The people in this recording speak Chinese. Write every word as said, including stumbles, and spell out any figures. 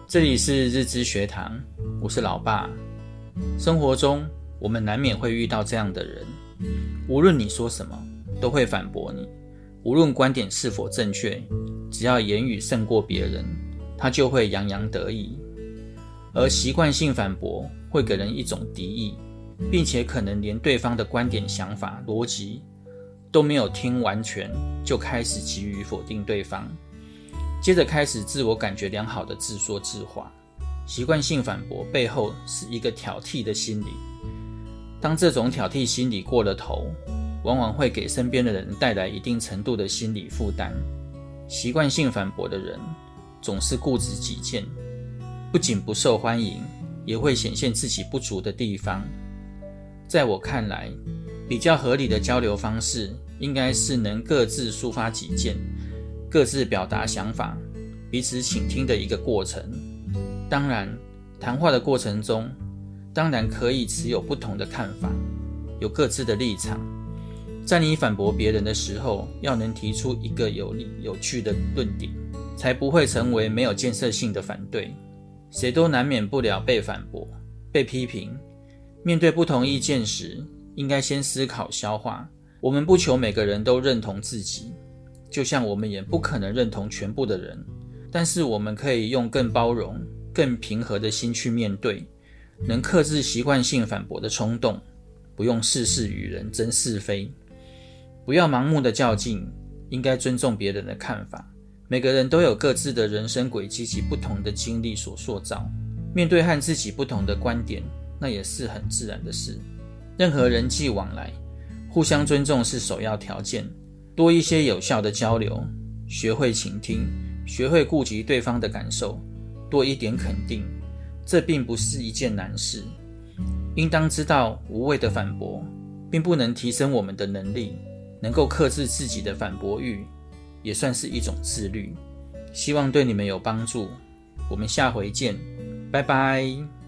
这里是日知学堂，我是老爸。生活中我们难免会遇到这样的人，无论你说什么都会反驳你，无论观点是否正确，只要言语胜过别人，他就会洋洋得意。而习惯性反驳会给人一种敌意，并且可能连对方的观点、想法、逻辑都没有听完全，就开始急于否定对方，接着开始自我感觉良好的自说自话。习惯性反驳背后是一个挑剔的心理，当这种挑剔心理过了头，往往会给身边的人带来一定程度的心理负担。习惯性反驳的人总是固执己见，不仅不受欢迎，也会显现自己不足的地方。在我看来，比较合理的交流方式应该是能各自抒发己见，各自表达想法，彼此倾听的一个过程。当然，谈话的过程中，当然可以持有不同的看法，有各自的立场。在你反驳别人的时候，要能提出一个有理有据的论点，才不会成为没有建设性的反对。谁都难免不了被反驳、被批评。面对不同意见时，应该先思考消化。我们不求每个人都认同自己，就像我们也不可能认同全部的人，但是我们可以用更包容、更平和的心去面对，能克制习惯性反驳的冲动，不用事事与人争是非，不要盲目的较劲，应该尊重别人的看法。每个人都有各自的人生轨迹及不同的经历所塑造，面对和自己不同的观点，那也是很自然的事。任何人际往来，互相尊重是首要条件，多一些有效的交流，学会倾听，学会顾及对方的感受，多一点肯定，这并不是一件难事。应当知道，无谓的反驳并不能提升我们的能力，能够克制自己的反驳欲，也算是一种自律。希望对你们有帮助，我们下回见，拜拜。